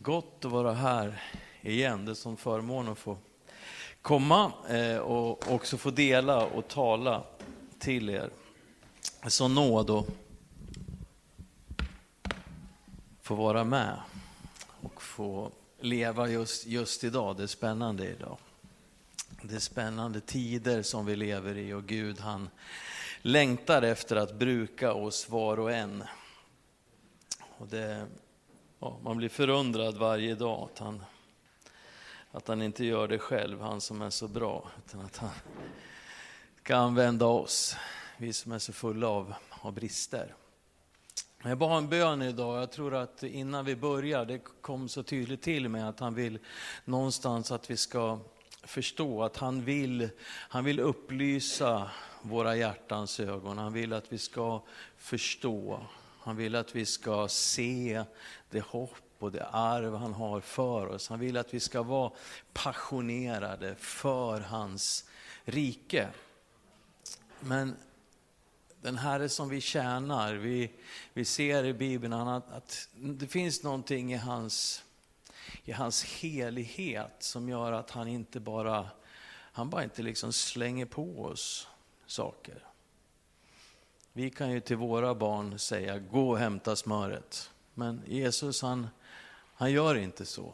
Gott att vara här igen. Det är som förmån att få komma och också få dela och tala till er. Så nåd att få vara med och få leva just idag. Det är spännande idag. Det är spännande tider som vi lever i, och Gud han längtar efter att bruka oss var och en. Och man blir förundrad varje dag att han inte gör det själv, han som är så bra, utan att han ska använda oss, vi som är så fulla av brister. Jag bad en bön idag. Jag tror att innan vi börjar, det kom så tydligt till mig att han vill någonstans att vi ska förstå att han vill upplysa våra hjärtans ögon. Han vill att vi ska förstå. Han vill att vi ska se det hopp och det arv han har för oss. Han vill att vi ska vara passionerade för hans rike. Men den Herre som vi tjänar, vi ser i Bibeln att det finns någonting i hans helighet som gör att han bara inte liksom slänger på oss saker. Vi kan ju till våra barn säga, gå och hämta smöret. Men Jesus han gör inte så.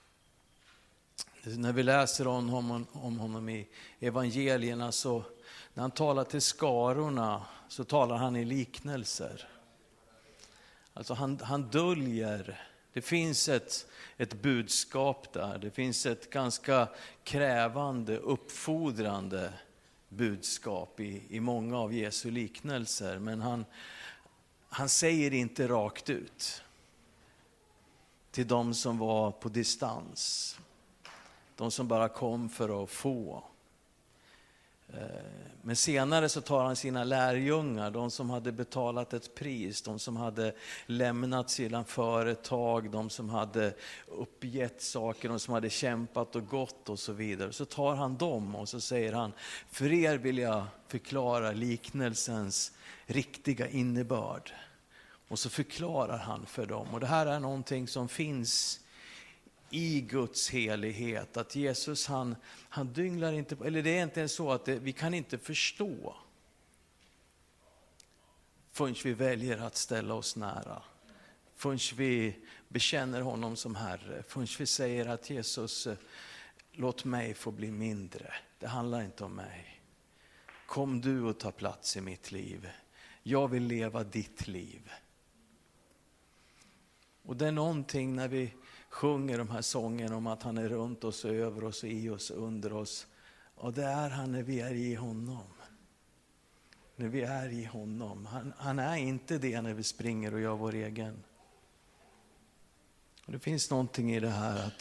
När vi läser om honom i evangelierna, så när han talar till skarorna så talar han i liknelser. Alltså han döljer. Det finns ett budskap där. Det finns ett ganska krävande, uppfordrande budskap i många av Jesu liknelser. Men han säger inte rakt ut till de som var på distans. De som bara kom för att få. Men senare så tar han sina lärjungar, de som hade betalat ett pris, de som hade lämnat sina företag, de som hade uppgett saker, de som hade kämpat och gått och så vidare. Så tar han dem och så säger han, för er vill jag förklara liknelsens riktiga innebörd. Och så förklarar han för dem. Och det här är någonting som finns i Guds helighet, att Jesus han dynglar inte, eller det är inte så att vi kan inte förstå förrän vi väljer att ställa oss nära, förrän vi bekänner honom som Herre, förrän vi säger att Jesus, låt mig få bli mindre, det handlar inte om mig, kom du och ta plats i mitt liv, jag vill leva ditt liv. Och det är någonting när vi sjunger de här sångerna om att han är runt oss, över oss, i oss, under oss. Och det är han när vi är i honom. När vi är i honom. Han är inte det när vi springer och gör vår egen. Och det finns någonting i det här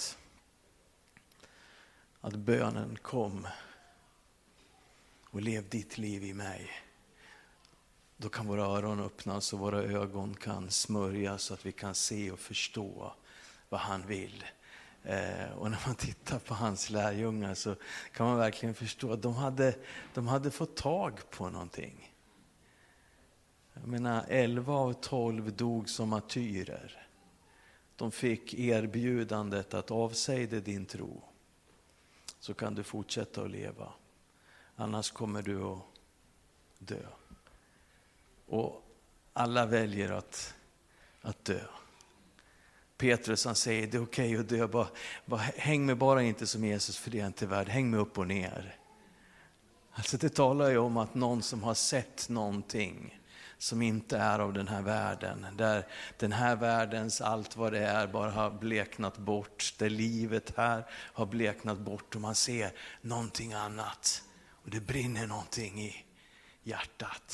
att bönen kom och lev ditt liv i mig. Då kan våra öron öppnas och våra ögon kan smörjas så att vi kan se och förstå vad han vill. Och när man tittar på hans lärjungar så kan man verkligen förstå att de hade fått tag på någonting. Jag menar, 11 av 12 dog som martyrer. De fick erbjudandet att avsäga din tro, så kan du fortsätta att leva. Annars kommer du att dö. Och alla väljer att dö. Petrus han säger, det är okej att dö, bara häng med bara inte som Jesus, för det är inte värd, häng med upp och ner. Alltså det talar ju om att någon som har sett någonting som inte är av den här världen, där den här världens allt vad det är bara har bleknat bort, där livet här har bleknat bort och man ser någonting annat och det brinner någonting i hjärtat.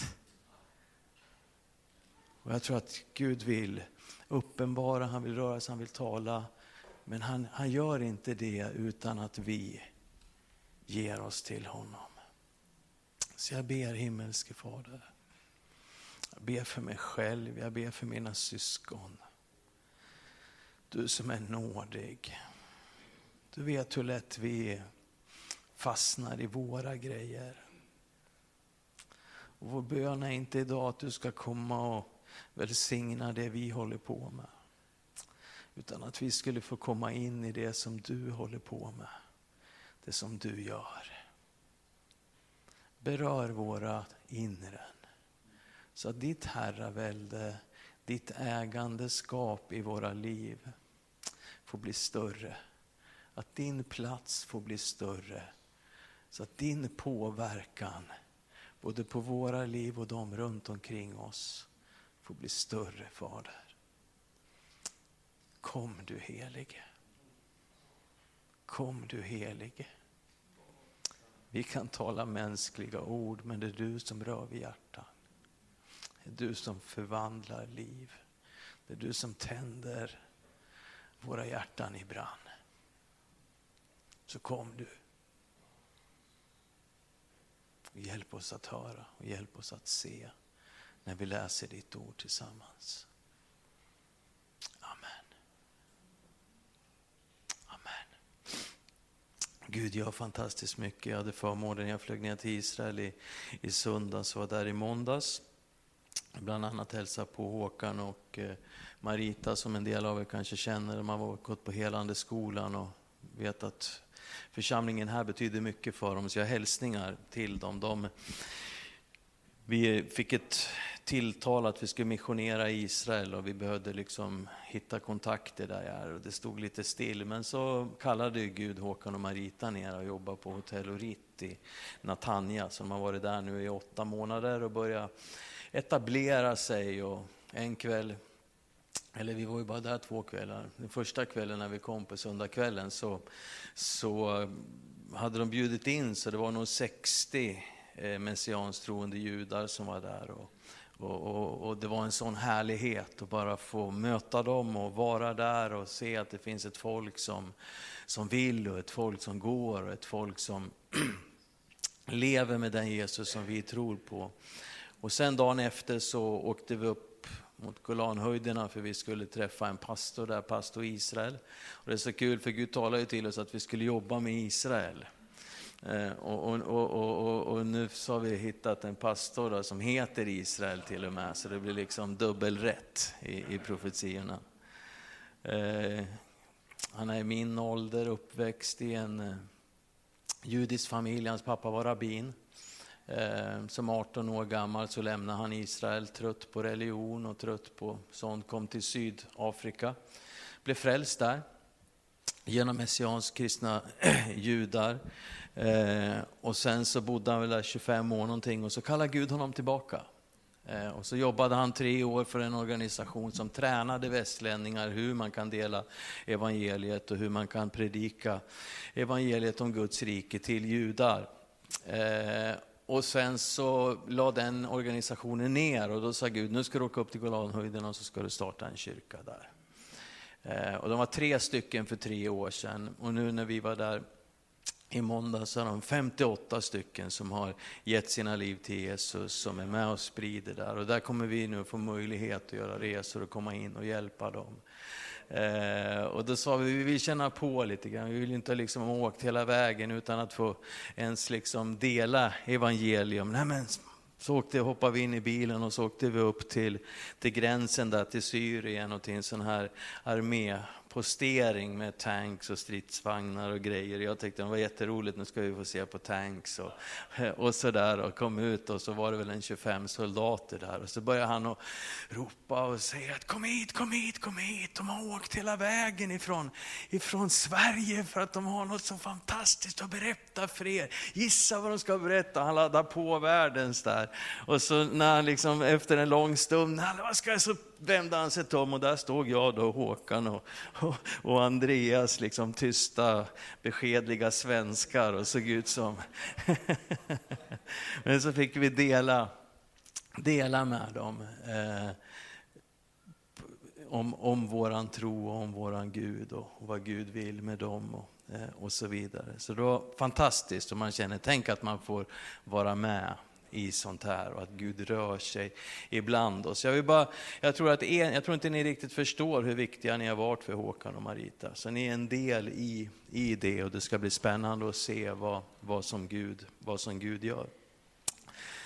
Och jag tror att Gud vill uppenbara, han vill röra sig, han vill tala. Men han gör inte det utan att vi ger oss till honom. Så jag ber, himmelske Fader. Jag ber för mig själv, jag ber för mina syskon. Du som är nådig. Du vet hur lätt vi fastnar i våra grejer. Och vår bön är inte idag att du ska komma och välsigna det vi håller på med. Utan att vi skulle få komma in i det som du håller på med. Det som du gör. Berör våra inren. Så att ditt herravälde, ditt ägandeskap i våra liv får bli större. Att din plats får bli större. Så att din påverkan, både på våra liv och de runt omkring oss, får bli större, Fader. Kom du helige. Kom du helige. Vi kan tala mänskliga ord, men det är du som rör vid hjärtan. Det är du som förvandlar liv. Det är du som tänder våra hjärtan i brand. Så kom du. Hjälp oss att höra och hjälp oss att se när vi läser ditt ord tillsammans. Amen. Amen. Gud gör fantastiskt mycket. Jag hade förmånen, jag flög ner till Israel i söndags och var där i måndags. Bland annat hälsa på Håkan och Marita som en del av er kanske känner. De har gått på helande skolan och vet att församlingen här betyder mycket för dem. Så jag har hälsningar till dem. Vi fick ett tilltal att vi skulle missionera i Israel och vi behövde liksom hitta kontakter där och det stod lite still. Men så kallade Gud Håkan och Marita ner och jobbade på Hotell Orit i Natanja. Så de har varit där nu i 8 månader och börjat etablera sig. Och en kväll, eller vi var ju bara där 2 kvällar. Den första kvällen när vi kom på söndagskvällen så hade de bjudit in, så det var nog 60 messianstroende judar som var där. Och det var en sån härlighet att bara få möta dem och vara där och se att det finns ett folk som vill och ett folk som går och ett folk som lever med den Jesus som vi tror på. Och sen dagen efter så åkte vi upp mot Golanhöjderna för vi skulle träffa en pastor där, pastor Israel. Och det är så kul för Gud talade ju till oss att vi skulle jobba med Israel. Och nu så har vi hittat en pastor då, som heter Israel till och med, så det blir liksom dubbelrätt i profetiorna. Han är i min ålder, uppväxt i en judisk familj, hans pappa var rabbin. Som 18 år gammal så lämnade han Israel, trött på religion och trött på sånt, kom till Sydafrika, blev frälst där genom messiansk kristna judar. Och sen så bodde han väl där 25 år någonting och så kallade Gud honom tillbaka. Och så jobbade han 3 år för en organisation som tränade västlänningar hur man kan dela evangeliet och hur man kan predika evangeliet om Guds rike till judar. Och sen så la den organisationen ner och då sa Gud, nu ska du åka upp till Golanhöjderna och så ska du starta en kyrka där. Och de var 3 stycken för 3 år sedan och nu när vi var där i måndag så är de 58 stycken som har gett sina liv till Jesus, som är med och sprider där. Och där kommer vi nu få möjlighet att göra resor och komma in och hjälpa dem. Och då sa vi vill känna på lite grann. Vi vill inte liksom ha åkt hela vägen utan att få ens liksom dela evangelium. Nej, men så hoppade vi in i bilen och så åkte vi upp till gränsen där till Syrien och till en sån här armépostering med tanks och stridsvagnar och grejer. Jag tyckte det var jätteroligt, nu ska vi få se på tanks och sådär, och kom ut och så var det väl en 25 soldater där och så började han att ropa och säga att kom hit, de har åkt hela vägen ifrån Sverige för att de har något så fantastiskt att berätta för er. Gissa vad de ska berätta, han laddar på världens där. Och så när han liksom efter en lång stund, så vände han sig om och där stod jag då, Håkan och Andreas, liksom tysta, beskedliga svenskar och såg ut som. Men så fick vi dela med dem om våran tro och om våran Gud och vad Gud vill med dem och så vidare. Så det var fantastiskt och man känner, tänk att man får vara med i sånt här och att Gud rör sig ibland oss. Jag tror inte ni riktigt förstår hur viktiga ni har varit för Håkan och Marita. Så ni är en del i det och det ska bli spännande att se vad som Gud gör.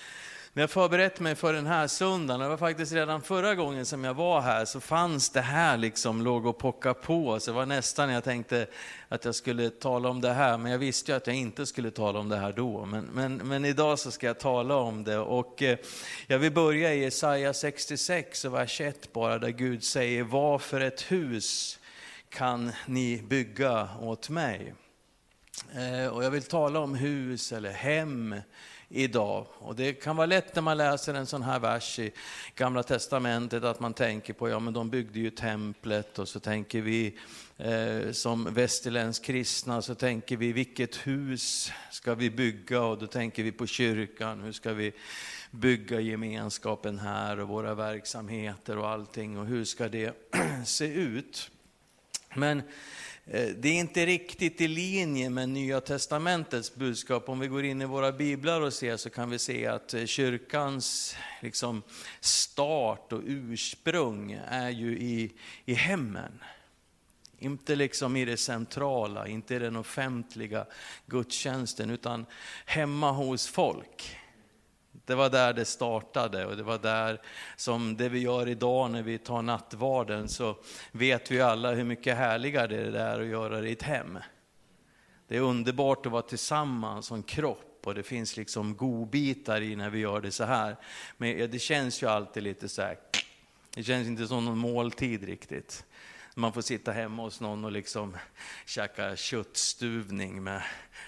När jag förberett mig för den här söndagen, det var faktiskt redan förra gången som jag var här, så fanns det här liksom, låg och pocka på. Så det var nästan jag tänkte att jag skulle tala om det här, men jag visste ju att jag inte skulle tala om det här då. Men idag så ska jag tala om det, och jag vill börja i Jesaja 66 och vers 1 bara, där Gud säger: vad för ett hus kan ni bygga åt mig? Och jag vill tala om hus eller hem idag. Och det kan vara lätt när man läser en sån här vers i Gamla testamentet att man tänker på, ja men de byggde ju templet, och så tänker vi som västerländsk kristna, så tänker vi vilket hus ska vi bygga, och då tänker vi på kyrkan, hur ska vi bygga gemenskapen här och våra verksamheter och allting, och hur ska det se ut? Men det är inte riktigt i linje med Nya testamentets budskap. Om vi går in i våra biblar och ser, så kan vi se att kyrkans liksom start och ursprung är ju i hemmen. Inte liksom i det centrala, inte i den offentliga gudstjänsten, utan hemma hos folk. Det var där det startade, och det var där som det vi gör idag när vi tar nattvarden, så vet vi alla hur mycket härligare det är där att göra det i ett hem. Det är underbart att vara tillsammans som kropp, och det finns liksom godbitar i när vi gör det så här. Men det känns ju alltid lite så här, det känns inte som någon måltid riktigt. Man får sitta hemma hos någon och liksom käka köttstuvning med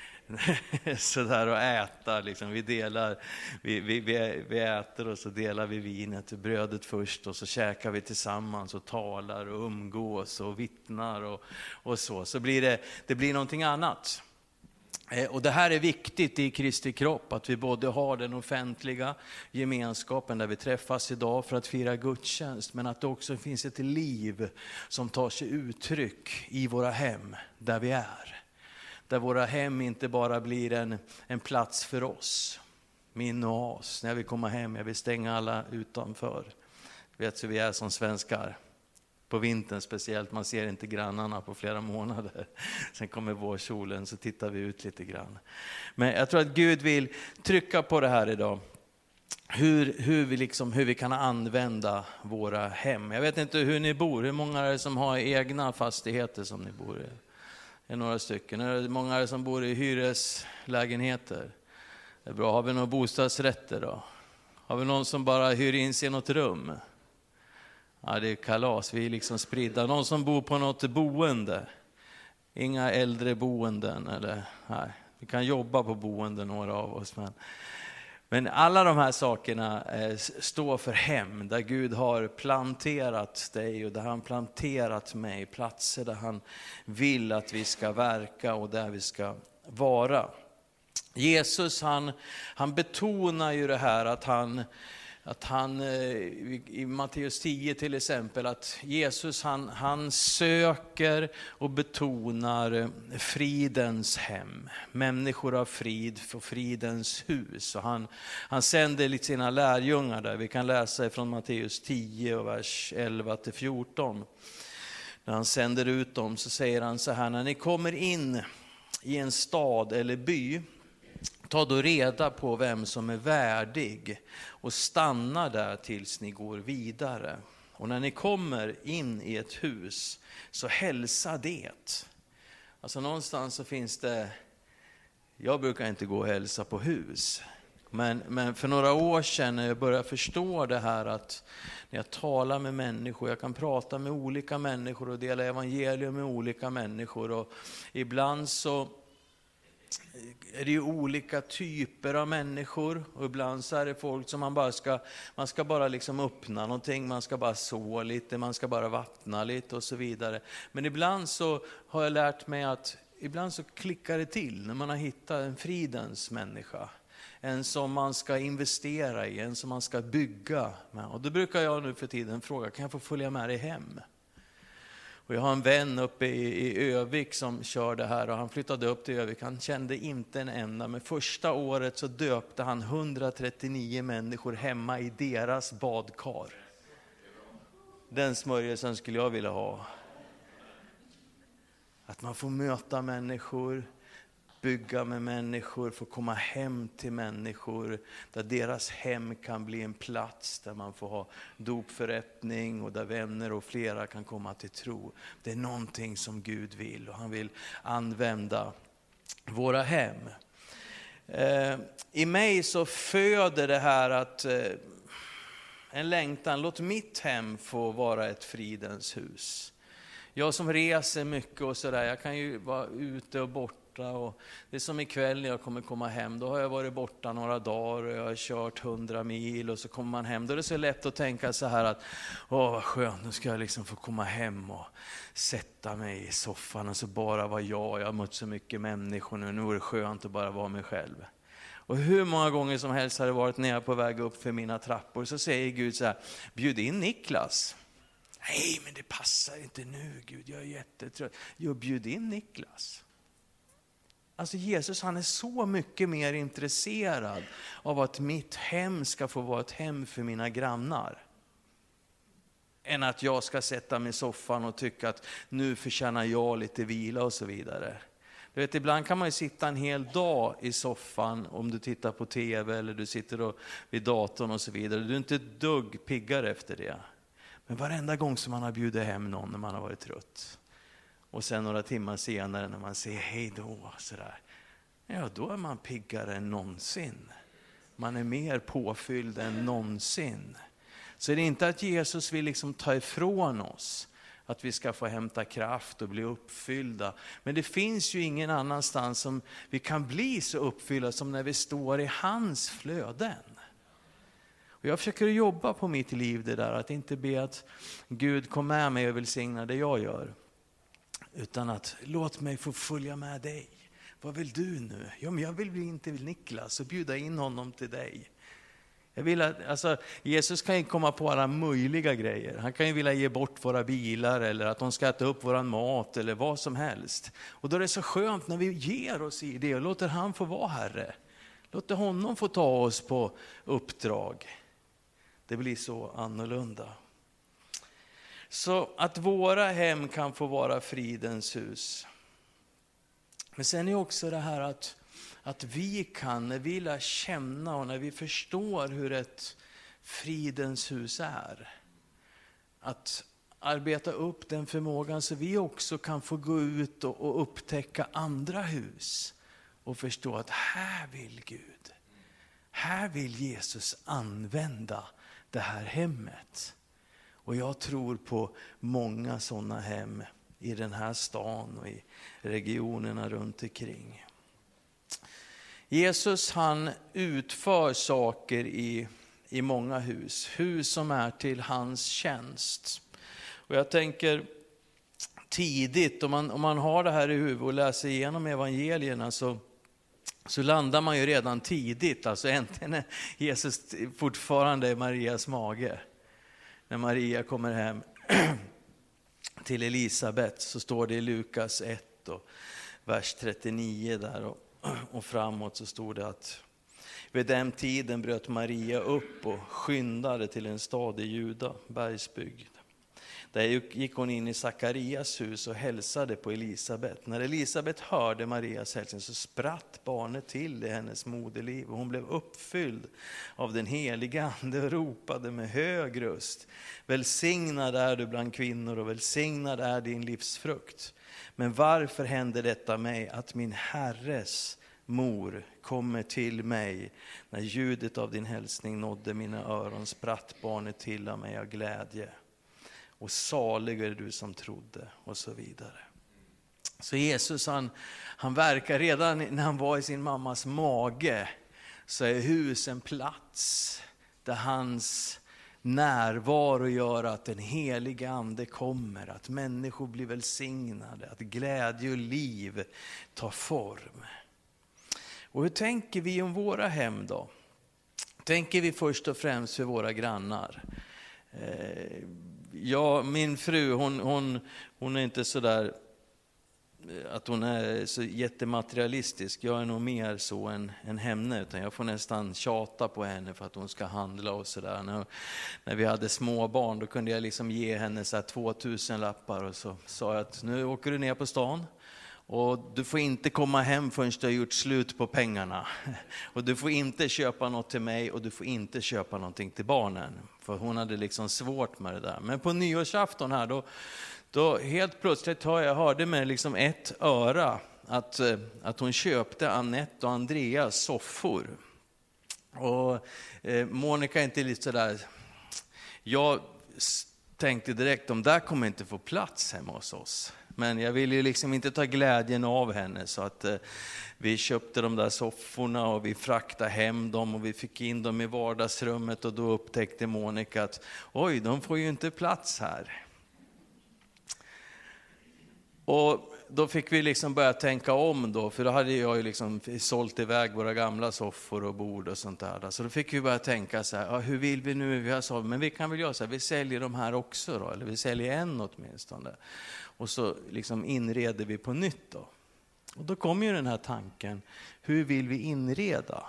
så där och äta liksom. Vi delar, vi äter och så delar vi vinet och brödet först, och så käkar vi tillsammans och talar och umgås och vittnar och så blir det blir någonting annat. Och det här är viktigt i Kristi kropp, att vi både har den offentliga gemenskapen där vi träffas idag för att fira gudstjänst, men att det också finns ett liv som tar sig uttryck i våra hem där vi är. Där våra hem inte bara blir en plats för oss, min och oss. När jag vill komma hem, jag vill stänga alla utanför. Vet hur vi är som svenskar. På vintern speciellt, man ser inte grannarna på flera månader. Sen kommer vårsolen, så tittar vi ut lite grann. Men jag tror att Gud vill trycka på det här idag. Hur vi kan använda våra hem. Jag vet inte hur ni bor, hur många är det som har egna fastigheter som ni bor i? Det är några stycken. Är det många som bor i hyreslägenheter? Det är bra. Har vi några bostadsrätter då? Har vi någon som bara hyr in sig i något rum? Ja, det är kalas. Vi är liksom spridda. Någon som bor på något boende? Inga äldre boenden eller? Nej, vi kan jobba på boenden, några av oss. Men alla de här sakerna står för hem, där Gud har planterat dig och där han planterat mig, platser där han vill att vi ska verka och där vi ska vara. Jesus han betonar ju det här att han i Matteus 10 till exempel, att Jesus han söker och betonar fridens hem. Människor av frid för fridens hus. Och han sänder lite sina lärjungar där. Vi kan läsa från Matteus 10 och vers 11-14. När han sänder ut dem så säger han så här: när ni kommer in i en stad eller by, ta då reda på vem som är värdig och stanna där tills ni går vidare. Och när ni kommer in i ett hus så hälsa det. Alltså någonstans så finns det, jag brukar inte gå och hälsa på hus. Men för några år sedan när jag började förstå det här, att när jag talar med människor, jag kan prata med olika människor och dela evangelium med olika människor. Och ibland så är det ju olika typer av människor, och ibland så är det folk som man ska bara liksom öppna någonting, man ska bara så lite, man ska bara vattna lite och så vidare. Men ibland så har jag lärt mig att ibland så klickar det till när man har hittat en fridens människa. En som man ska investera i, en som man ska bygga med. Och då brukar jag nu för tiden fråga, kan jag få följa med dig hem? Och jag har en vän uppe i Övik som kör det här, och han flyttade upp till Övik. Han kände inte en enda, men första året så döpte han 139 människor hemma i deras badkar. Den smörjelsen skulle jag vilja ha. Att man får möta människor, bygga med människor, få komma hem till människor. Där deras hem kan bli en plats där man får ha dopförrättning och där vänner och flera kan komma till tro. Det är någonting som Gud vill och han vill använda våra hem. I mig så föder det här att en längtan, låt mitt hem få vara ett fridens hus. Jag som reser mycket och sådär, jag kan ju vara ute och borta. Och det är som ikväll när jag kommer komma hem, då har jag varit borta några dagar och jag har kört 100 mil och så kommer man hem. Då är det så lätt att tänka så här att, vad skönt, nu ska jag liksom få komma hem och sätta mig i soffan och så bara vara jag har mött så mycket människor nu är det skönt att bara vara mig själv. Och hur många gånger som helst har det varit när jag är på väg upp för mina trappor så säger Gud så här, bjud in Niklas. Nej, men det passar inte nu Gud, jag är jättetrött. Jo, bjud in Niklas. Alltså Jesus, han är så mycket mer intresserad av att mitt hem ska få vara ett hem för mina grannar. Än att jag ska sätta mig i soffan och tycka att nu förtjänar jag lite vila och så vidare. Du vet, ibland kan man ju sitta en hel dag i soffan om du tittar på tv eller du sitter vid datorn och så vidare. Du är inte ett dugg piggare efter det. Men varenda gång som man har bjudit hem någon när man har varit trött. Och sen några timmar senare när man säger hej då, sådär. Ja, då är man piggare än någonsin. Man är mer påfylld än någonsin. Så det är inte att Jesus vill liksom ta ifrån oss att vi ska få hämta kraft och bli uppfyllda. Men det finns ju ingen annanstans som vi kan bli så uppfyllda som när vi står i hans flöden. Och jag försöker jobba på mitt liv det där, att inte be att Gud kom med mig och välsigna det jag gör. Utan att låt mig få följa med dig. Vad vill du nu? Ja, men jag vill bli inte Niklas och bjuda in honom till dig. Jag vill att, alltså, Jesus kan ju komma på alla möjliga grejer. Han kan ju vilja ge bort våra bilar eller att de ska äta upp våran mat eller vad som helst. Och då är det så skönt när vi ger oss i det och låter han få vara herre. Låter honom få ta oss på uppdrag. Det blir så annorlunda. Så att våra hem kan få vara fridens hus. Men sen är också det här att vi kan, när vi lär känna och när vi förstår hur ett fridens hus är. Att arbeta upp den förmågan så vi också kan få gå ut och upptäcka andra hus. Och förstå att här vill Gud, här vill Jesus använda det här hemmet. Och jag tror på många sådana hem i den här stan och i regionerna runt omkring. Jesus, han utför saker i många hus. Hus som är till hans tjänst. Och jag tänker tidigt, om man har det här i huvudet och läser igenom evangelierna så landar man ju redan tidigt. Alltså äntligen är Jesus fortfarande i Marias mage. När Maria kommer hem till Elisabet så står det i Lukas 1 och vers 39 där och framåt så står det att vid den tiden bröt Maria upp och skyndade till en stad i Juda, bergsbygd. Där gick hon in i Sakarias hus och hälsade på Elisabet. När Elisabet hörde Marias hälsning så spratt barnet till i hennes moderliv. Och hon blev uppfylld av den heliga ande och ropade med hög röst. Välsignad är du bland kvinnor och välsignad är din livsfrukt. Men varför hände detta mig att min Herres mor kommer till mig? När ljudet av din hälsning nådde mina öron spratt barnet till av mig av glädje. Och salig är du som trodde och så vidare. Så Jesus han verkar redan när han var i sin mammas mage. Så är hus en plats där hans närvaro gör att den heliga ande kommer. Att människor blir välsignade. Att glädje och liv tar form. Och hur tänker vi om våra hem då? Tänker vi först och främst för våra grannar? Ja, min fru hon är inte så där att hon är så jättematerialistisk. Jag är nog mer så än henne, utan jag får nästan tjata på henne för att hon ska handla och sådär. När vi hade små barn då kunde jag liksom ge henne så här 2000 lappar och så sa jag att nu åker du ner på stan Och du får inte komma hem förrän du har gjort slut på pengarna. Och du får inte köpa något till mig och du får inte köpa någonting till barnen. För hon hade liksom svårt med det där. Men på nyårsafton här då helt plötsligt hörde med liksom ett öra att hon köpte Annette och Andreas soffor. Och Monica är inte lite sådär, jag tänkte direkt, de där kommer inte få plats hemma hos oss. Men jag ville ju liksom inte ta glädjen av henne, så att vi köpte de där sofforna och vi fraktade hem dem och vi fick in dem i vardagsrummet, och då upptäckte Monica att oj, de får ju inte plats här. Och då fick vi liksom börja tänka om då, för då hade jag ju liksom sålt iväg våra gamla soffor och bord och sånt där. Så då fick vi börja tänka så här, ja, hur vill vi nu? Vi har sålt, men vi kan väl göra så här, vi säljer de här också då, eller vi säljer en åtminstone. Och så liksom inreder vi på nytt då. Och då kom ju den här tanken, hur vill vi inreda?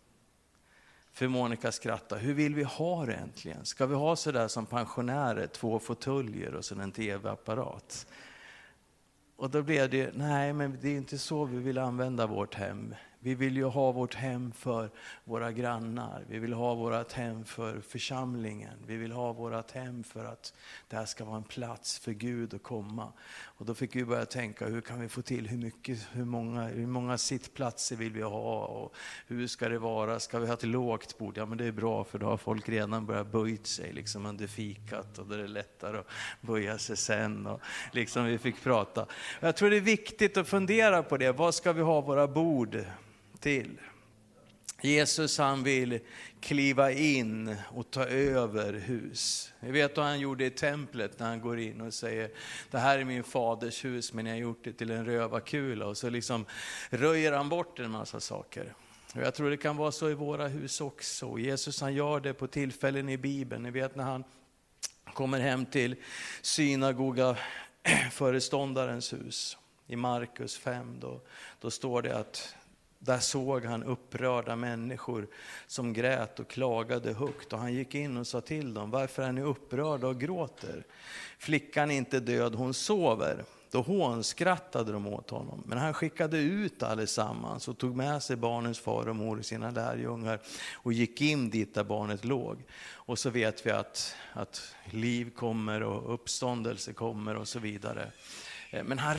För Monica skratta, hur vill vi ha det egentligen? Ska vi ha så där som pensionärer, 2 fåtöljer och så en tv-apparat? Och då blev det, nej men det är inte så vi vill använda vårt hem. Vi vill ju ha vårt hem för våra grannar. Vi vill ha vårt hem för församlingen. Vi vill ha vårt hem för att det här ska vara en plats för Gud att komma. Och då fick vi börja tänka, hur kan vi få till hur många sittplatser vill vi ha? Och hur ska det vara? Ska vi ha ett lågt bord? Ja, men det är bra, för då har folk redan börjat böjt sig liksom under fikat. Och då är det lättare att böja sig sen. Och liksom vi fick prata. Jag tror det är viktigt att fundera på det. Vad ska vi ha våra bord till? Jesus, han vill kliva in och ta över hus. Vi vet vad han gjorde i templet när han går in och säger, det här är min faders hus, men jag har gjort det till en rövarkula. Och så liksom röjer han bort en massa saker. Och jag tror det kan vara så i våra hus också. Jesus, han gör det på tillfällen i Bibeln. Ni vet när han kommer hem till synagoga föreståndarens hus i Markus 5, då står det att där såg han upprörda människor som grät och klagade högt. Och han gick in och sa till dem, varför är ni upprörda och gråter? Flickan är inte död, hon sover. Då hånskrattade de åt honom. Men han skickade ut allesammans och tog med sig barnens far och mor och sina lärjungar och gick in dit där barnet låg. Och så vet vi att liv kommer och uppståndelse kommer och så vidare. Men han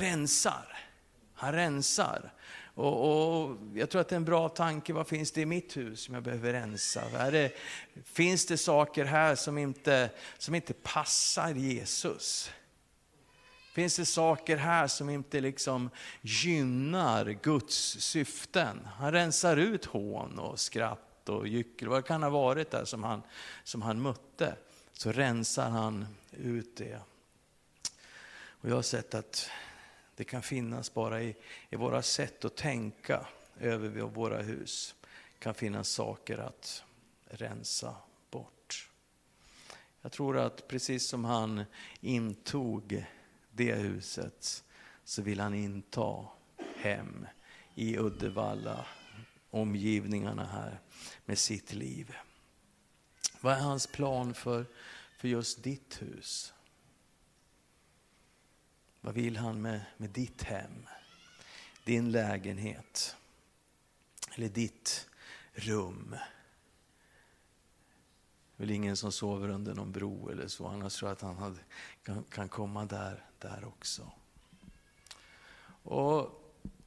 rensar. Och jag tror att det är en bra tanke, vad finns det i mitt hus som jag behöver rensa? Finns det saker här som inte passar Jesus? Finns det saker här som inte liksom gynnar Guds syften? Han rensar ut hån och skratt och gyckel, vad det kan ha varit där som han mötte. Så rensar han ut det. Och jag har sett att det kan finnas bara i våra sätt att tänka över våra hus. Kan finnas saker att rensa bort. Jag tror att precis som han intog det huset, så vill han inta hem i Uddevalla, omgivningarna här, med sitt liv. Vad är hans plan för just ditt hus? Vad vill han med ditt hem, din lägenhet eller ditt rum? Det är väl ingen som sover under någon bro eller så, annars tror jag att han kan komma där också. Och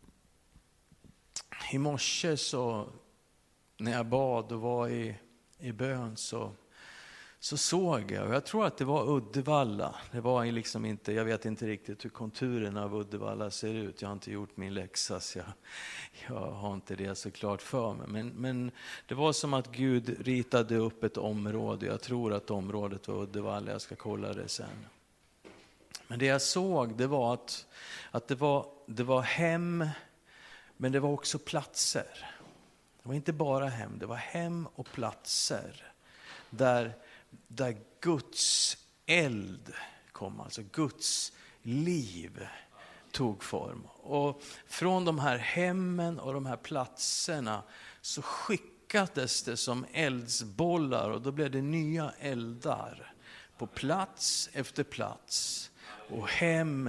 i morse så när jag bad och var i bön så såg jag, och jag tror att det var Uddevalla. Det var liksom inte, jag vet inte riktigt hur konturen av Uddevalla ser ut. Jag har inte gjort min läxa, så jag har inte det så klart för mig. Men det var som att Gud ritade upp ett område. Jag tror att området var Uddevalla, jag ska kolla det sen. Men det jag såg, det var att det var hem, men det var också platser. Det var inte bara hem, det var hem och platser. Där Guds eld kom, alltså Guds liv tog form. Och från de här hemmen och de här platserna så skickades det som eldsbollar, och då blev det nya eldar på plats efter plats och hem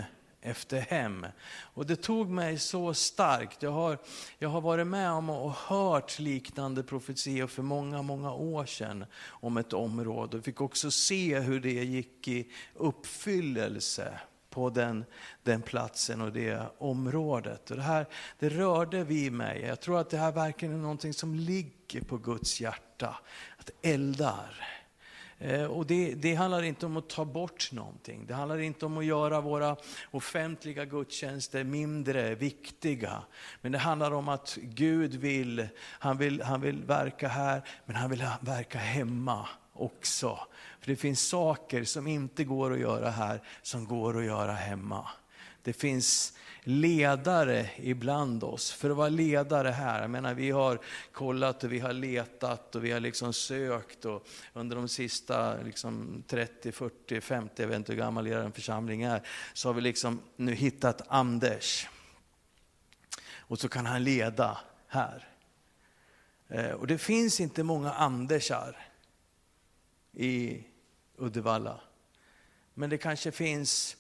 efter hem. Och det tog mig så starkt. Jag har varit med om och hört liknande profetior för många, många år sedan om ett område. Jag fick också se hur det gick i uppfyllelse på den platsen och det området. Och det rörde vid mig. Jag tror att det här verkligen är någonting som ligger på Guds hjärta. Att eldar. Och det handlar inte om att ta bort någonting. Det handlar inte om att göra våra offentliga gudstjänster mindre viktiga. Men det handlar om att Gud vill verka här, men han vill verka hemma också. För det finns saker som inte går att göra här som går att göra hemma. Det finns ledare ibland oss. För att vara ledare här, jag menar, vi har kollat och vi har letat och vi har liksom sökt. Och under de sista 30, 40, 50, jag vet inte hur gammal er församling är, så har vi liksom nu hittat Anders. Och så kan han leda här. Och det finns inte många Andersar i Uddevalla. Men det kanske finns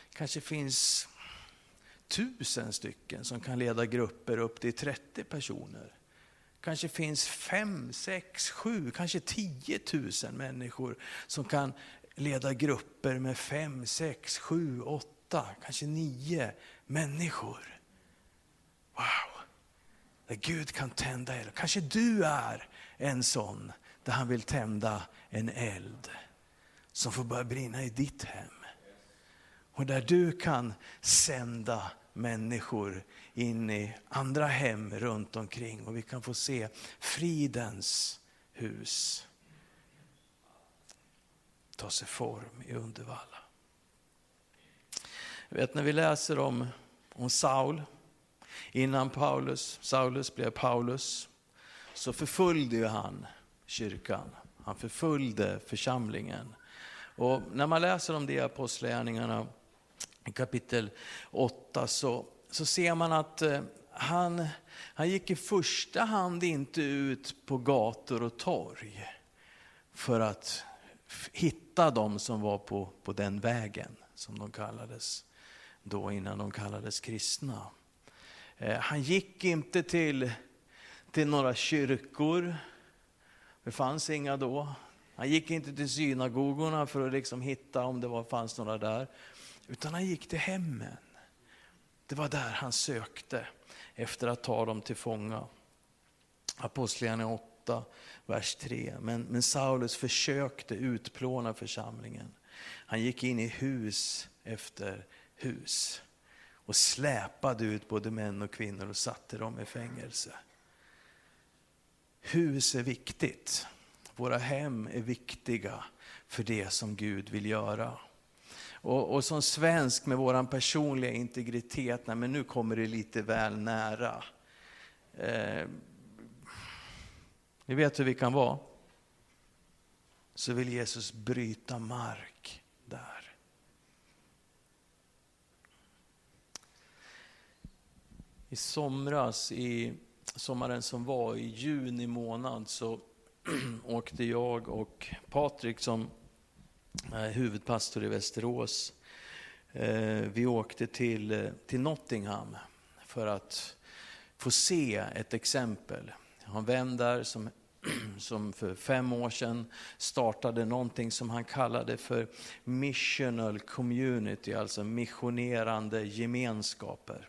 1000 stycken som kan leda grupper upp till 30 personer. Kanske finns 5, 6, 7, kanske 10 000 människor som kan leda grupper med 5, 6, 7, 8, kanske 9 människor. Wow! Där Gud kan tända eld. Kanske du är en sån där han vill tända en eld som får börja brinna i ditt hem. Och där du kan sända människor in i andra hem runt omkring. Och vi kan få se fridens hus ta sig form i Uddevalla. Jag vet när vi läser om Saul. Innan Saulus blev Paulus, så förföljde ju han kyrkan. Han förföljde församlingen. Och när man läser om det i Apostlagärningarna i kapitel 8 så ser man att han gick i första hand inte ut på gator och torg för att hitta dem som var på den vägen som de kallades då, innan de kallades kristna. Han gick inte till några kyrkor, det fanns inga då. Han gick inte till synagogorna för att liksom hitta om det fanns några där. Utan han gick till hemmen. Det var där han sökte efter att ta dem till fånga. Apostlagärningarna 8, vers 3. Men Saulus försökte utplåna församlingen. Han gick in i hus efter hus. Och släpade ut både män och kvinnor och satte dem i fängelse. Hus är viktigt. Våra hem är viktiga för det som Gud vill göra. Och som svensk med våran personliga integritet, men nu kommer det lite väl nära. Ni vet hur vi kan vara. Så vill Jesus bryta mark där. I somras, i sommaren som var, i juni månad, så åkte jag och Patrik som huvudpastor i Västerås. Vi åkte till Nottingham för att få se ett exempel. Jag har en vän där som för 5 år sedan startade någonting som han kallade för missional community, alltså missionerande gemenskaper.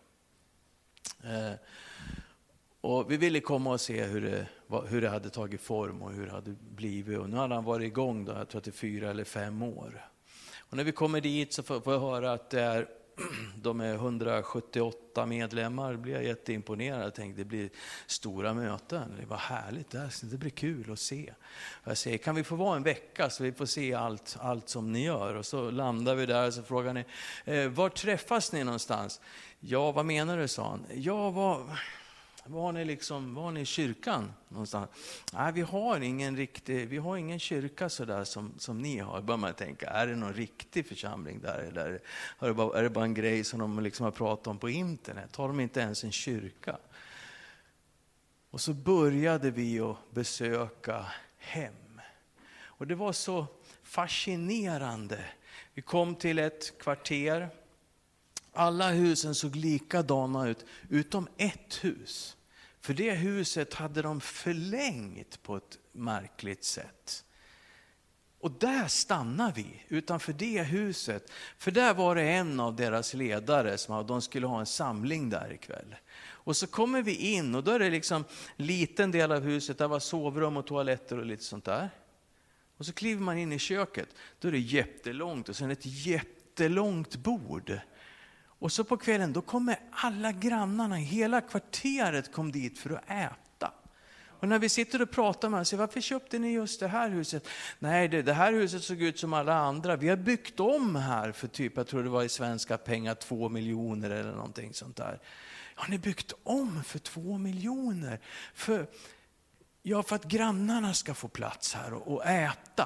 Och vi ville komma och se hur det hade tagit form och hur det hade blivit. Och nu hade han varit igång då, jag tror att det är 4 eller 5 år. Och när vi kommer dit så får jag höra att de är 178 medlemmar. Då blir jag jätteimponerad. Jag tänkte det blir stora möten. Det var härligt, det blir kul att se. Och jag säger, kan vi få vara en vecka så vi får se allt som ni gör? Och så landar vi där och så frågar ni, var träffas ni någonstans? Ja, vad menar du, sa han. Ja, var har ni kyrkan någonstans? Nej, vi har ingen kyrka sådär som ni har. Börjar man tänka, är det någon riktig församling där? Eller är det bara en grej som de liksom har pratat om på internet? Har de inte ens en kyrka? Och så började vi att besöka hem. Och det var så fascinerande. Vi kom till ett kvarter. Alla husen såg likadana ut, utom ett hus. För det huset hade de förlängt på ett märkligt sätt. Och där stannar vi, utanför det huset. För där var det en av deras ledare som de skulle ha en samling där ikväll. Och så kommer vi in och då är det liksom en liten del av huset. Där var sovrum och toaletter och lite sånt där. Och så kliver man in i köket. Då är det jättelångt och sen ett jättelångt bord. Och så på kvällen då kommer alla grannarna, hela kvarteret kom dit för att äta. Och när vi sitter och pratar med dem, säger varför köpte ni just det här huset? Nej, det här huset såg ut som alla andra. Vi har byggt om här för typ, jag tror det var i svenska pengar 2 miljoner eller någonting sånt där. Ja, ni byggt om för 2 miljoner. För att grannarna ska få plats här och äta.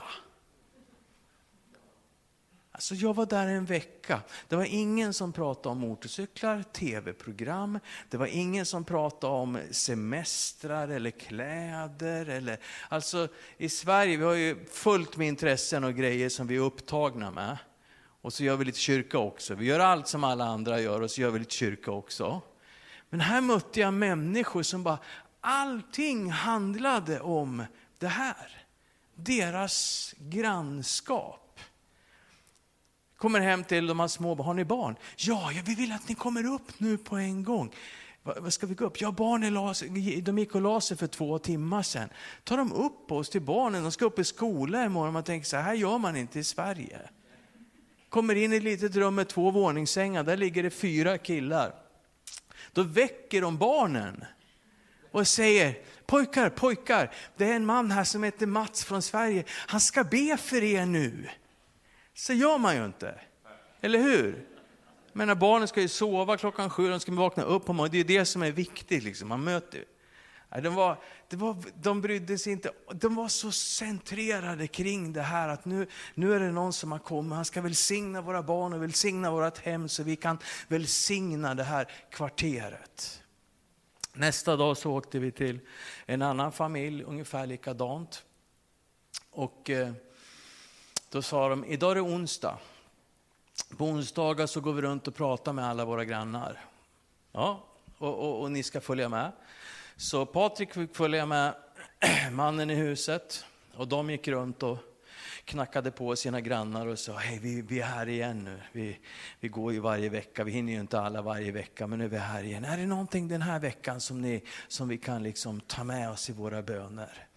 Alltså jag var där en vecka. Det var ingen som pratade om motorcyklar, tv-program. Det var ingen som pratade om semestrar eller kläder. Alltså i Sverige vi har ju fullt med intressen och grejer som vi är upptagna med. Och så gör vi lite kyrka också. Vi gör allt som alla andra gör och så gör vi lite kyrka också. Men här mötte jag människor som bara, allting handlade om det här. Deras grannskap. Kommer hem till de här små, har ni barn? Ja, vi vill att ni kommer upp nu på en gång. Vad ska vi gå upp? Ja, barnen de gick och la sig för 2 timmar sedan. Tar de upp oss till barnen, de ska upp i skola imorgon. Man tänker så här gör man inte i Sverige. Kommer in i ett litet rum med 2 våningssängar, där ligger det 4 killar. Då väcker de barnen och säger, pojkar, det är en man här som heter Mats från Sverige. Han ska be för er nu. Så gör man ju inte. Eller hur? Men när barnen ska ju sova 7:00, de ska vakna upp på morgonen. Det är det som är viktigt. Liksom. Man möter. De brydde sig inte. De var så centrerade kring det här. Att nu är det någon som har kommit. Han ska välsigna våra barn och välsigna vårt hem. Så vi kan välsigna det här kvarteret. Nästa dag så åkte vi till en annan familj. Ungefär likadant. Och då sa de, idag är det onsdag. På onsdagar så går vi runt och pratar med alla våra grannar. Ja, och ni ska följa med. Så Patrik fick följa med mannen i huset. Och de gick runt och knackade på sina grannar och sa, hej vi är här igen nu. Vi går ju varje vecka, vi hinner ju inte alla varje vecka, men nu är vi här igen. Är det någonting den här veckan som vi kan liksom ta med oss i våra böner?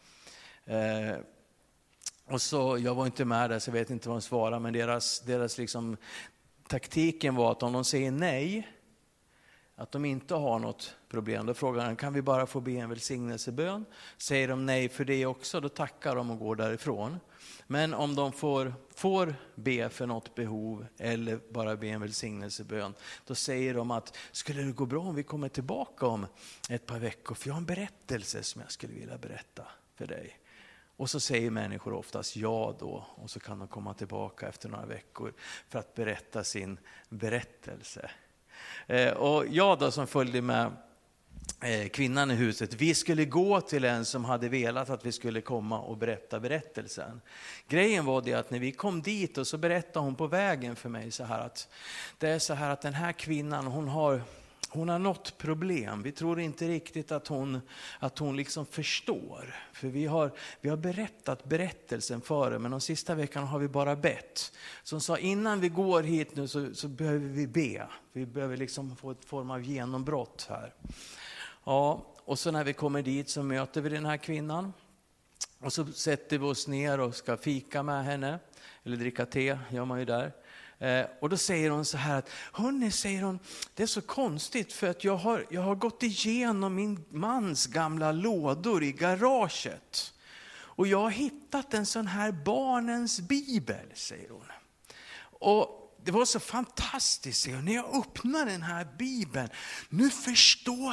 Och så, jag var inte med där så jag vet inte vad de svarade, men deras liksom, taktiken var att om de säger nej, att de inte har något problem, då frågar de, kan vi bara få be en välsignelsebön? Säger de nej för det också, då tackar de och går därifrån. Men om de får be för något behov eller bara be en välsignelsebön, då säger de att skulle det gå bra om vi kommer tillbaka om ett par veckor, för jag har en berättelse som jag skulle vilja berätta för dig. Och så säger människor oftast ja då, och så kan de komma tillbaka efter några veckor för att berätta sin berättelse. Och jag då som följde med kvinnan i huset, vi skulle gå till en som hade velat att vi skulle komma och berätta berättelsen. Grejen var det att när vi kom dit och så berättade hon på vägen för mig så här att det är så här att den här kvinnan hon har något problem. Vi tror inte riktigt att hon liksom förstår. För vi har berättat berättelsen före, men de sista veckan har vi bara bett. Så hon sa, innan vi går hit nu så behöver vi be. Vi behöver liksom få ett form av genombrott här. Ja, och så när vi kommer dit så möter vi den här kvinnan. Och så sätter vi oss ner och ska fika med henne. Eller dricka te, gör man ju där. Och då säger hon så här att, hörni, säger hon, det är så konstigt för att jag har gått igenom min mans gamla lådor i garaget. Och jag har hittat en sån här barnens bibel, säger hon. Och det var så fantastiskt, säger hon, när jag öppnar den här bibeln, nu förstår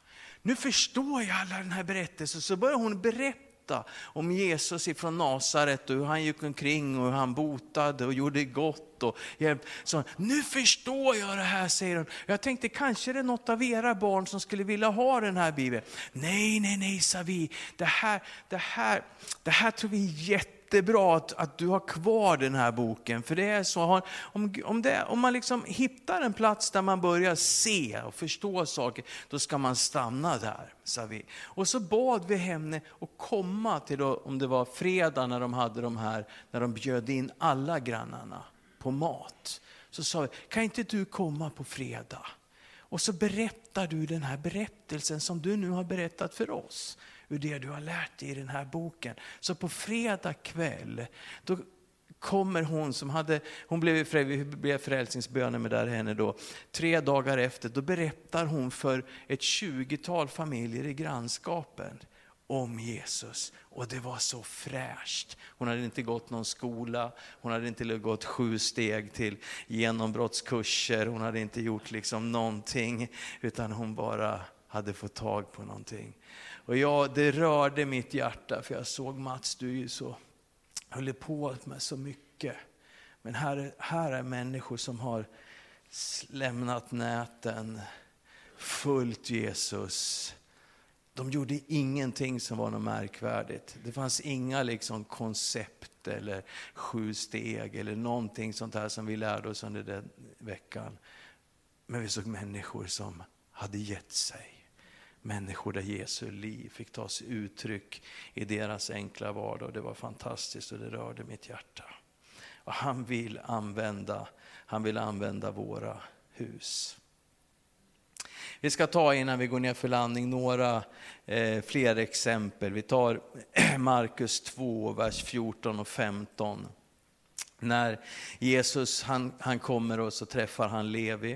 jag alla den här berättelsen. Så börjar hon berätta om Jesus ifrån Nasaret och hur han gick omkring och hur han botade och gjorde gott. Och så, nu förstår jag det här, säger hon. Jag tänkte kanske det är något av era barn som skulle vilja ha den här bibeln. Nej, sa vi. Det här tror vi är jättebra att du har kvar den här boken. För det är så, om man liksom hittar en plats där man börjar se och förstå saker, då ska man stanna där, sa vi. Och så bad vi henne att komma till, om det var fredag när de hade de här, när de bjöd in alla grannarna på mat. Så sa vi, kan inte du komma på fredag? Och så berättar du den här berättelsen som du nu har berättat för oss. Ur det du har lärt dig i den här boken. Så på fredag kväll, då kommer hon som hon blev frälsningsbönen med där henne då. 3 dagar efter, då berättar hon för ett 20-tal familjer i grannskapen om Jesus. Och det var så fräscht. Hon hade inte gått någon skola. Hon hade inte gått 7 steg till genombrottskurser. Hon hade inte gjort liksom någonting. Utan hon bara hade fått tag på någonting. Och det rörde mitt hjärta. För jag såg, Mats, du är ju så, höll på med så mycket. Men här är människor som har lämnat näten, följt Jesus. De gjorde ingenting som var något märkvärdigt. Det fanns inga liksom koncept eller 7 steg eller någonting sånt här som vi lärde oss under den veckan. Men vi såg människor som hade gett sig. Människor där Jesu liv fick ta sig uttryck i deras enkla vardag. Det var fantastiskt och det rörde mitt hjärta. Och han vill använda våra hus. Vi ska ta, innan vi går ner för landning, några fler exempel. Vi tar Markus 2, vers 14 och 15. När Jesus han kommer och så träffar han Levi,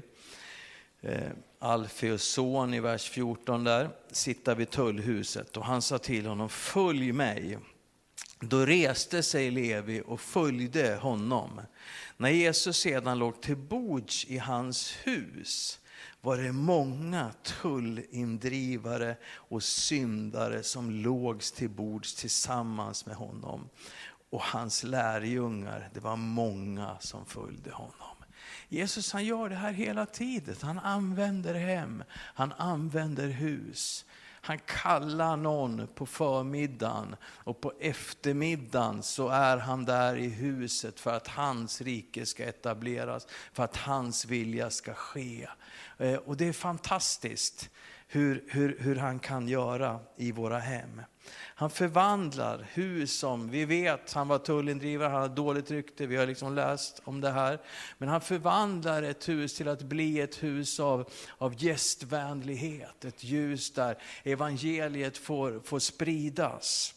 Alfeus son, i vers 14 där, sitter vid tullhuset. Och han sa till honom, följ mig. Då reste sig Levi och följde honom. När Jesus sedan låg till bords i hans hus, var det många tullindrivare och syndare som lågs till bords tillsammans med honom. Och hans lärjungar, det var många som följde honom. Jesus, han gör det här hela tiden. Han använder hem, han använder hus. Han kallar någon på förmiddagen och på eftermiddagen så är han där i huset för att hans rike ska etableras, för att hans vilja ska ske. Och det är fantastiskt hur han kan göra i våra hem. Han förvandlar hus som, vi vet, han var tullindrivare, han hade dåligt rykte, vi har liksom läst om det här. Men han förvandlar ett hus till att bli ett hus av gästvänlighet. Ett hus där evangeliet får spridas.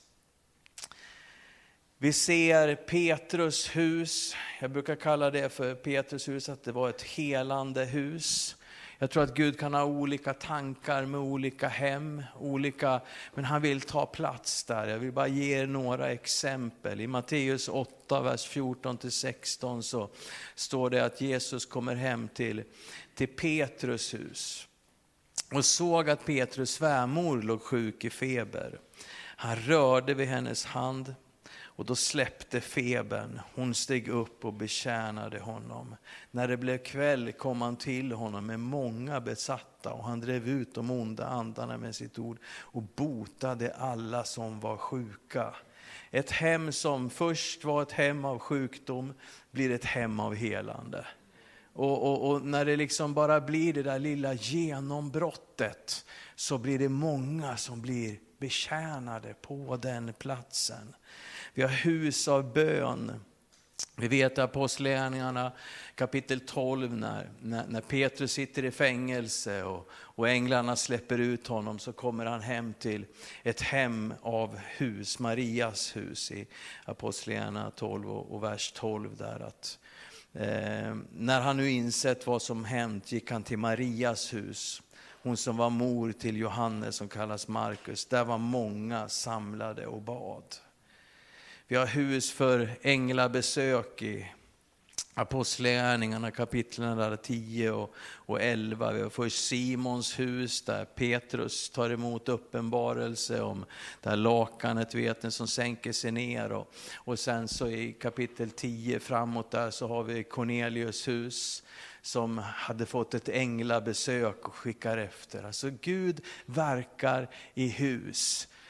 Vi ser Petrus hus, jag brukar kalla det för Petrus hus, att det var ett helande hus. Jag tror att Gud kan ha olika tankar med olika hem, men han vill ta plats där. Jag vill bara ge er några exempel. I Matteus 8, vers 14-16 så står det att Jesus kommer hem till Petrus hus. Och såg att Petrus svärmor låg sjuk i feber. Han rörde vid hennes hand. Och då släppte febern. Hon steg upp och betjänade honom. När det blev kväll kom han till honom med många besatta. Och han drev ut de onda andarna med sitt ord. Och botade alla som var sjuka. Ett hem som först var ett hem av sjukdom blir ett hem av helande. Och när det liksom bara blir det där lilla genombrottet, så blir det många som blir betjänade på den platsen. Vi har hus av bön. Vi vet i Apostlagärningarna kapitel 12 när Petrus sitter i fängelse och änglarna släpper ut honom, så kommer han hem till ett hem av hus, Marias hus, i Apostlagärningarna 12 och vers 12 där, att när han nu insett vad som hänt gick han till Marias hus. Hon som var mor till Johannes som kallas Markus. Där var många samlade och bad. Vi har hus för änglabesök i Apostlagärningarna kapitlen där 10 och 11. Vi har först Simons hus där Petrus tar emot uppenbarelse om det här lakanet, vet, som sänker sig ner. Och sen så i kapitel 10 framåt där så har vi Cornelius hus som hade fått ett änglabesök och skickar efter. Alltså Gud verkar i hus.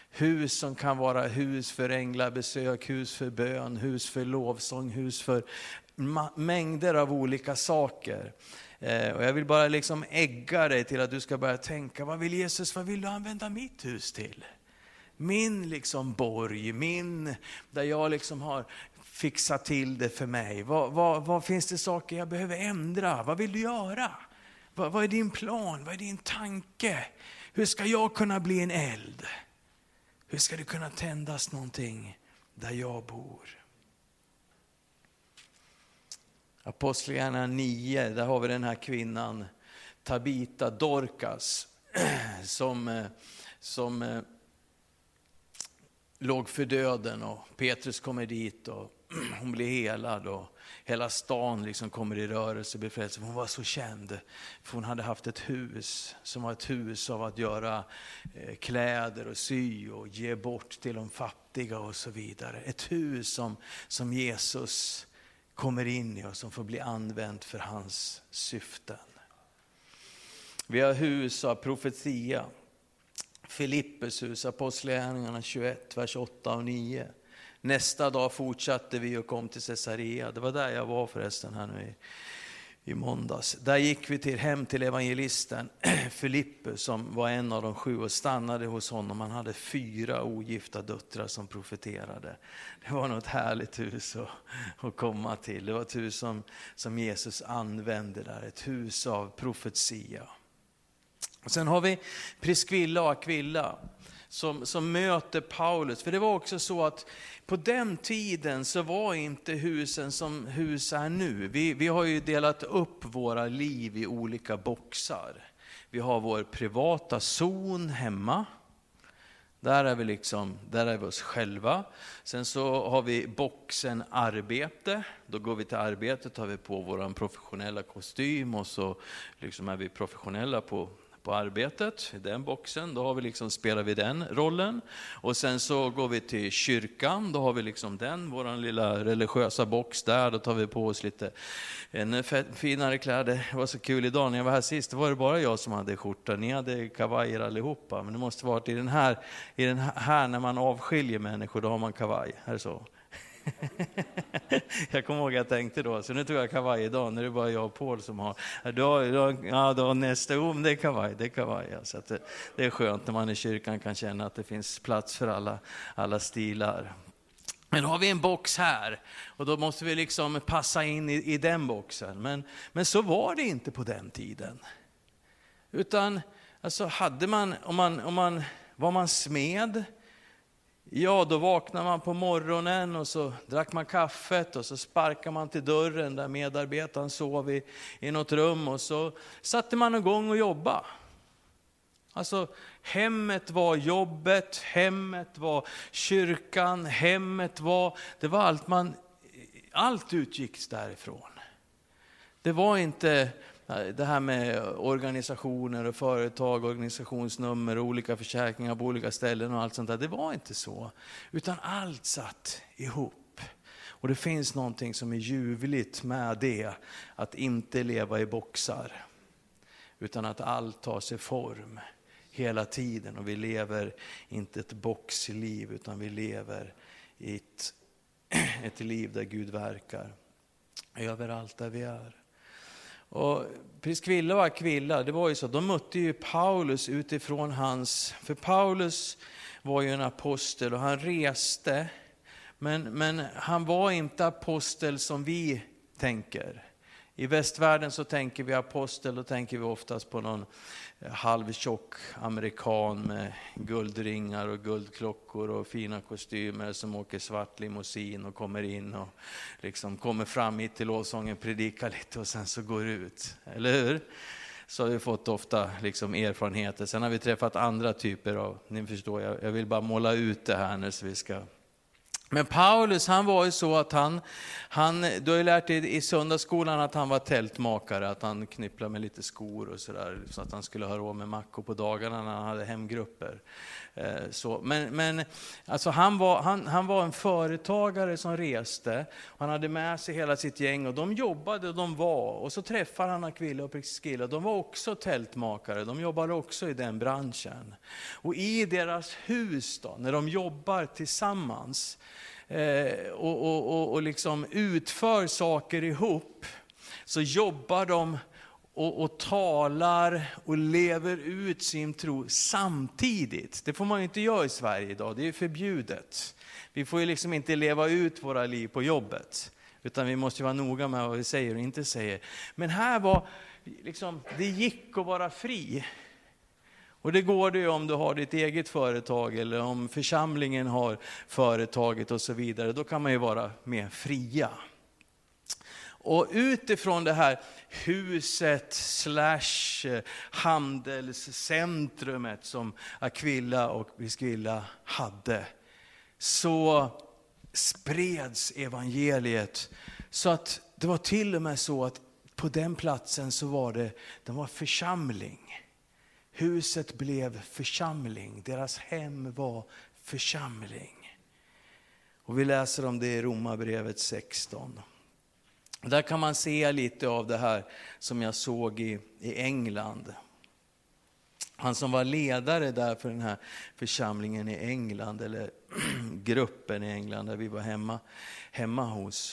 Hus som kan vara hus för änglabesök, hus för bön, hus för lovsång, hus för mängder av olika saker. Och jag vill bara liksom ägga dig till att du ska börja tänka, vad vill Jesus, vad vill du använda mitt hus till? Min liksom borg, där jag liksom har fixat till det för mig. Vad finns det saker jag behöver ändra? Vad vill du göra? Vad är din plan? Vad är din tanke? Hur ska jag kunna bli en eld? Hur ska det kunna tändas någonting där jag bor? Apostlagärningarna 9, där har vi den här kvinnan Tabita Dorcas som låg för döden, och Petrus kommer dit och hon blir helad och hela stan liksom kommer i rörelse och befrielse. Hon var så känd för hon hade haft ett hus som var ett hus av att göra kläder och sy och ge bort till de fattiga och så vidare. Ett hus som Jesus kommer in i och som får bli använt för hans syften. Vi har hus av profetia. Filippus hus, Apostlagärningarna 21, vers 8 och 9. Nästa dag fortsatte vi och kom till Caesarea. Det var där jag var förresten här nu i måndags. Där gick vi hem till evangelisten Filippus som var en av de 7 och stannade hos honom. Han hade 4 ogifta döttrar som profeterade. Det var något härligt hus att komma till. Det var ett hus som Jesus använde där. Ett hus av profetia. Och sen har vi Priscilla och Aquila som möter Paulus. För det var också så att på den tiden så var inte husen som hus är nu. Vi har ju delat upp våra liv i olika boxar. Vi har vår privata zon hemma. Där är vi oss själva. Sen så har vi boxen arbete. Då går vi till arbetet, tar vi på vår professionella kostym och så liksom är vi professionella på arbetet, i den boxen, då har vi spelar vi den rollen. Och sen så går vi till kyrkan, då har vi våran lilla religiösa box där, då tar vi på oss lite finare kläder. Det var så kul idag när jag var här sist, då var det bara jag som hade skjorta, ni hade kavajer allihopa, men det måste varit i den här när man avskiljer människor, då har man kavaj, är det så? Jag kommer ihåg att jag tänkte då, så nu tog jag kavaj idag, när det är bara jag och Paul som har. Då nästa gång det är kavaj. Ja. Så att det är skönt när man i kyrkan kan känna att det finns plats för alla stilar. Men då har vi en box här och då måste vi passa in i den boxen. Men så var det inte på den tiden. Utan hade man, var man smed, ja, då vaknade man på morgonen och så drack man kaffet och så sparkade man till dörren där medarbetaren sov i något rum och så satte man igång och jobba. Hemmet var jobbet, hemmet var kyrkan, det var allt utgick därifrån. Det var inte det här med organisationer och företag, organisationsnummer och olika försäkringar på olika ställen och allt sånt där. Det var inte så. Utan allt satt ihop. Och det finns någonting som är ljuvligt med det. Att inte leva i boxar. Utan att allt tar sig form hela tiden. Och vi lever inte ett boxliv utan vi lever i ett liv där Gud verkar. Överallt där vi är. Och Priscilla och Aquila, det var ju så, de mötte ju Paulus utifrån för Paulus var ju en apostel och han reste, men han var inte apostel som vi tänker. I västvärlden så tänker vi apostel, då tänker vi oftast på någon halvtjock amerikan med guldringar och guldklockor och fina kostymer som åker svart limousin och kommer in och kommer fram hit till lovsången, predikar lite och sen så går ut, eller hur? Så har vi fått ofta erfarenheter. Sen har vi träffat andra typer av, ni förstår, jag vill bara måla ut det här nu så vi ska Men Paulus, han var ju så att han du har ju lärt dig i söndagsskolan att han var tältmakare, att han knypplade med lite skor och sådär, så att han skulle ha råd med mackor på dagarna när han hade hemgrupper. Så, men alltså han var en företagare som reste, han hade med sig hela sitt gäng och de jobbade och de var, och så träffade han Aquila och Priscilla, de var också tältmakare, de jobbade också i den branschen. Och i deras hus då, när de jobbar tillsammans och liksom utför saker ihop, så jobbar de och talar och lever ut sin tro samtidigt. Det får man ju inte göra i Sverige idag, det är förbjudet. Vi får ju liksom inte leva ut våra liv på jobbet, utan vi måste ju vara noga med vad vi säger och inte säger. Men här var liksom, det gick att vara fri. Och det går det ju om du har ditt eget företag eller om församlingen har företaget och så vidare. Då kan man ju vara mer fria. Och utifrån det här huset / handelscentrumet som Aquila och Priscilla hade, så spreds evangeliet. Så att det var till och med så att på den platsen så var var församling. Huset blev församling, deras hem var församling. Och vi läser om det i Romarbrevet 16. Där kan man se lite av det här som jag såg i England. Han som var ledare där för den här församlingen i England, eller gruppen i England där vi var hemma hos.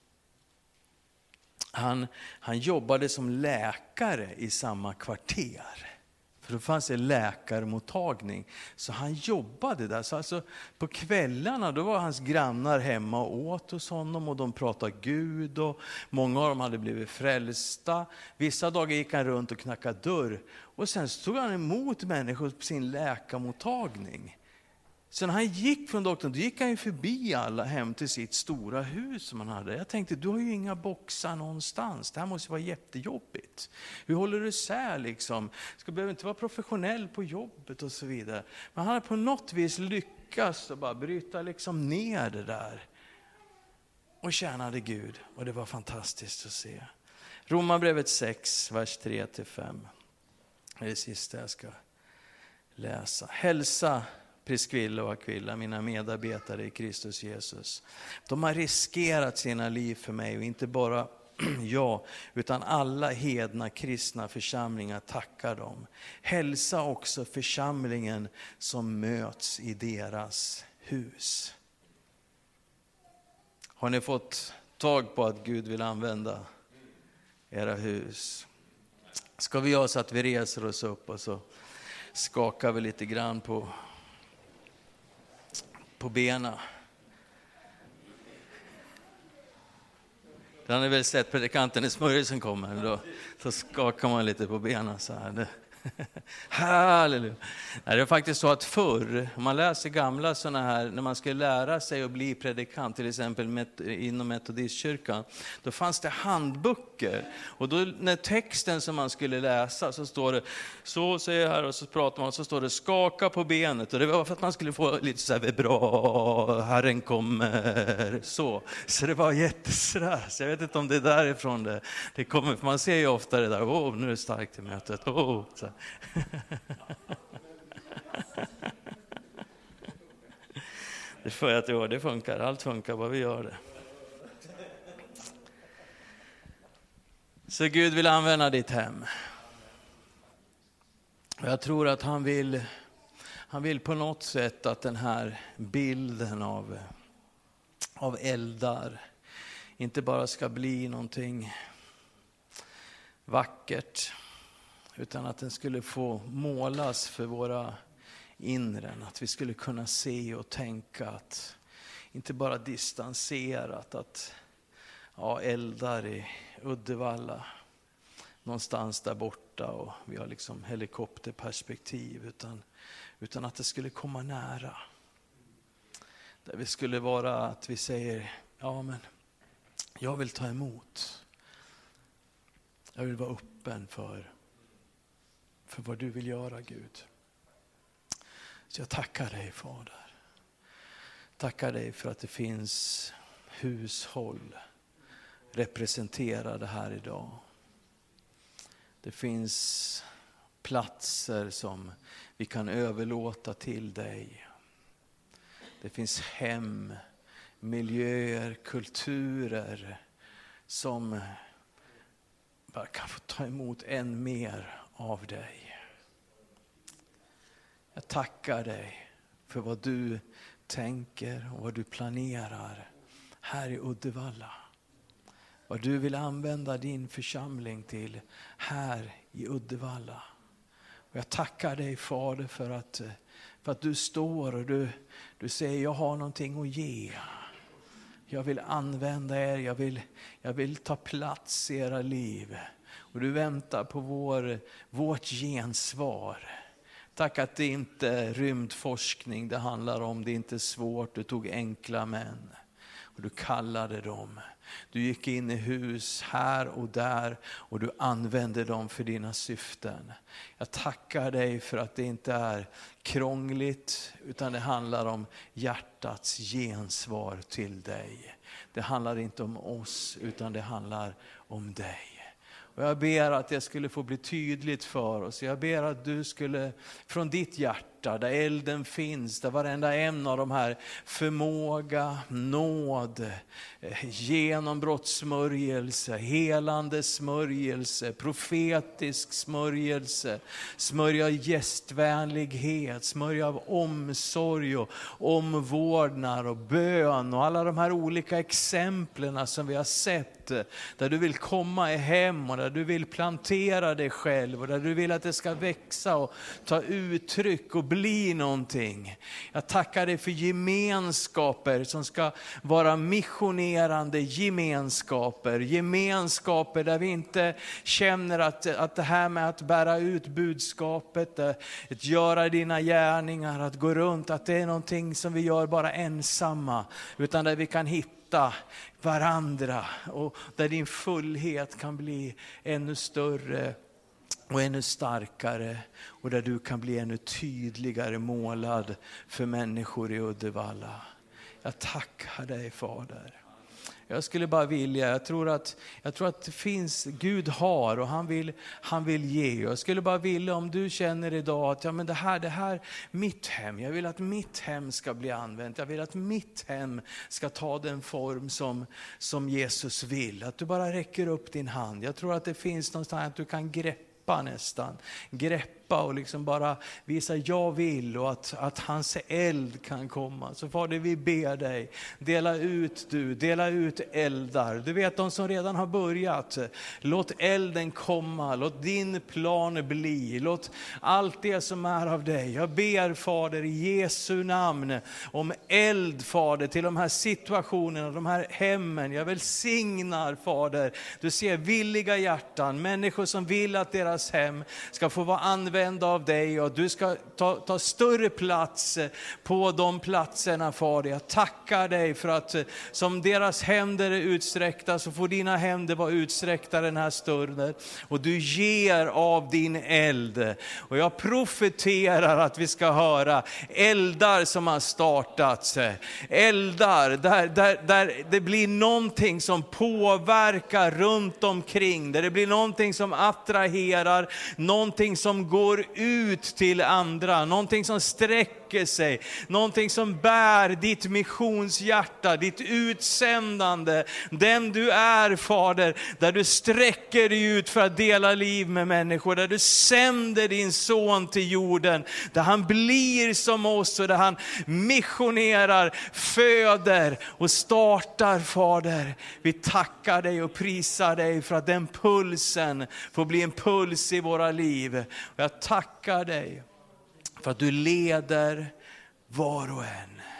Han jobbade som läkare i samma kvarter. För då fanns det läkarmottagning. Så han jobbade där. Så alltså på kvällarna då var hans grannar hemma och åt hos honom. Och de pratade Gud. Och många av dem hade blivit frälsta. Vissa dagar gick han runt och knackade dörr. Och sen stod han emot människor på sin läkarmottagning. Så när han gick från doktorn, då gick han ju förbi alla hem till sitt stora hus som han hade. Jag tänkte, du har ju inga boxar någonstans. Det här måste vara jättejobbigt. Hur håller du isär liksom? Du behöver inte vara professionell på jobbet och så vidare. Men han hade på något vis lyckats att bara bryta liksom ner det där. Och tjänade Gud. Och det var fantastiskt att se. Romarbrevet 6, vers 3-5. Det är det sista jag ska läsa. Hälsa Priscilla och Aquila, mina medarbetare i Kristus Jesus. De har riskerat sina liv för mig, och inte bara jag, utan alla hedna kristna församlingar tackar dem. Hälsa också församlingen som möts i deras hus. Har ni fått tag på att Gud vill använda era hus? Ska vi göra så att vi reser oss upp och så skakar vi lite grann på benen. Den har ni väl sett predikanten i smörjelsen kommer. Då skakar man lite på benen så här. Halleluja. Nej, det är faktiskt så att förr, om man läser gamla sådana här, när man skulle lära sig att bli predikant, till exempel inom metodistkyrkan, då fanns det handböcker. Och då när texten som man skulle läsa så står det, så säger här, och så pratar man, så står det skaka på benet. Och det var för att man skulle få lite så här, bra, Herren kommer, så det var jättesräs. Jag vet inte om det är därifrån det kommer, för man ser ju ofta det där, nu är det starkt i mötet, så. Det får jag tro, det funkar, allt funkar vad vi gör det. Så Gud vill använda ditt hem. Jag tror att han vill på något sätt att den här bilden av eldar inte bara ska bli någonting vackert, utan att den skulle få målas för våra inren. Att vi skulle kunna se och tänka, att inte bara distanserat, att eldar i Uddevalla någonstans där borta och vi har liksom helikopterperspektiv, utan att det skulle komma nära. Där vi skulle vara att vi säger, men jag vill ta emot. Jag vill vara öppen för vad du vill göra, Gud. Så jag tackar dig, Fader. Tackar dig för att det finns hushåll representerade här idag. Det finns platser som vi kan överlåta till dig. Det finns hem, miljöer, kulturer som bara kan få ta emot än mer av dig. Jag tackar dig för vad du tänker och vad du planerar här i Uddevalla. Vad du vill använda din församling till här i Uddevalla. Och jag tackar dig, Fader, för att du står och du säger jag har någonting att ge. Jag vill använda er, jag vill ta plats i era liv. Och du väntar på vårt gensvar. Tack att det inte är rymdforskning det handlar om, det är inte svårt. Du tog enkla män och du kallade dem. Du gick in i hus här och där och du använde dem för dina syften. Jag tackar dig för att det inte är krångligt utan det handlar om hjärtats gensvar till dig. Det handlar inte om oss utan det handlar om dig. Och jag ber att det skulle få bli tydligt för oss. Jag ber att du skulle från ditt hjärta, där elden finns, där varenda en av de här förmåga, nåd, genombrottssmörjelse, helande smörjelse, profetisk smörjelse, smörja av gästvänlighet, smörja av omsorg och omvårdnad och bön och alla de här olika exemplen som vi har sett, där du vill komma i hem och där du vill plantera dig själv och där du vill att det ska växa och ta uttryck och bli någonting. Jag tackar dig för gemenskaper som ska vara missionerande gemenskaper där vi inte känner att det här med att bära ut budskapet, att göra dina gärningar, att gå runt, att det är någonting som vi gör bara ensamma, utan där vi kan hitta varandra och där din fullhet kan bli ännu större och ännu starkare och där du kan bli ännu tydligare målad för människor i Uddevalla. Jag tackar dig, Fader. Jag skulle bara vilja, jag tror att det finns, Gud har och han vill ge. Jag skulle bara vilja, om du känner idag att men det här mitt hem, jag vill att mitt hem ska bli använt. Jag vill att mitt hem ska ta den form som Jesus vill. Att du bara räcker upp din hand. Jag tror att det finns någonstans att du kan greppa och liksom bara visa jag vill och att hans eld kan komma. Så Fader, vi ber dig, dela ut eldar. Du vet de som redan har börjat, låt elden komma, låt din plan bli, låt allt det som är av dig. Jag ber, Fader, i Jesu namn om eld, Fader, till de här situationerna, de här hemmen. Jag välsignar, Fader, du ser villiga hjärtan, människor som vill att deras hem ska få vara använda av dig och du ska ta större plats på de platserna, Fader. Jag tackar dig för att som deras händer är utsträckta så får dina händer vara utsträckta den här stunden och du ger av din eld. Och jag profeterar att vi ska höra eldar som har startats, eldar där det blir någonting som påverkar runt omkring, där det blir någonting som attraherar, någonting som går ut till andra, någonting som sträcker sig, någonting som bär ditt missionshjärta, ditt utsändande, den du är, Fader, där du sträcker dig ut för att dela liv med människor, där du sänder din son till jorden, där han blir som oss och där han missionerar, föder och startar, Fader. Vi tackar dig och prisar dig för att den pulsen får bli en puls i våra liv. Och jag tackar dig för att du leder var och en.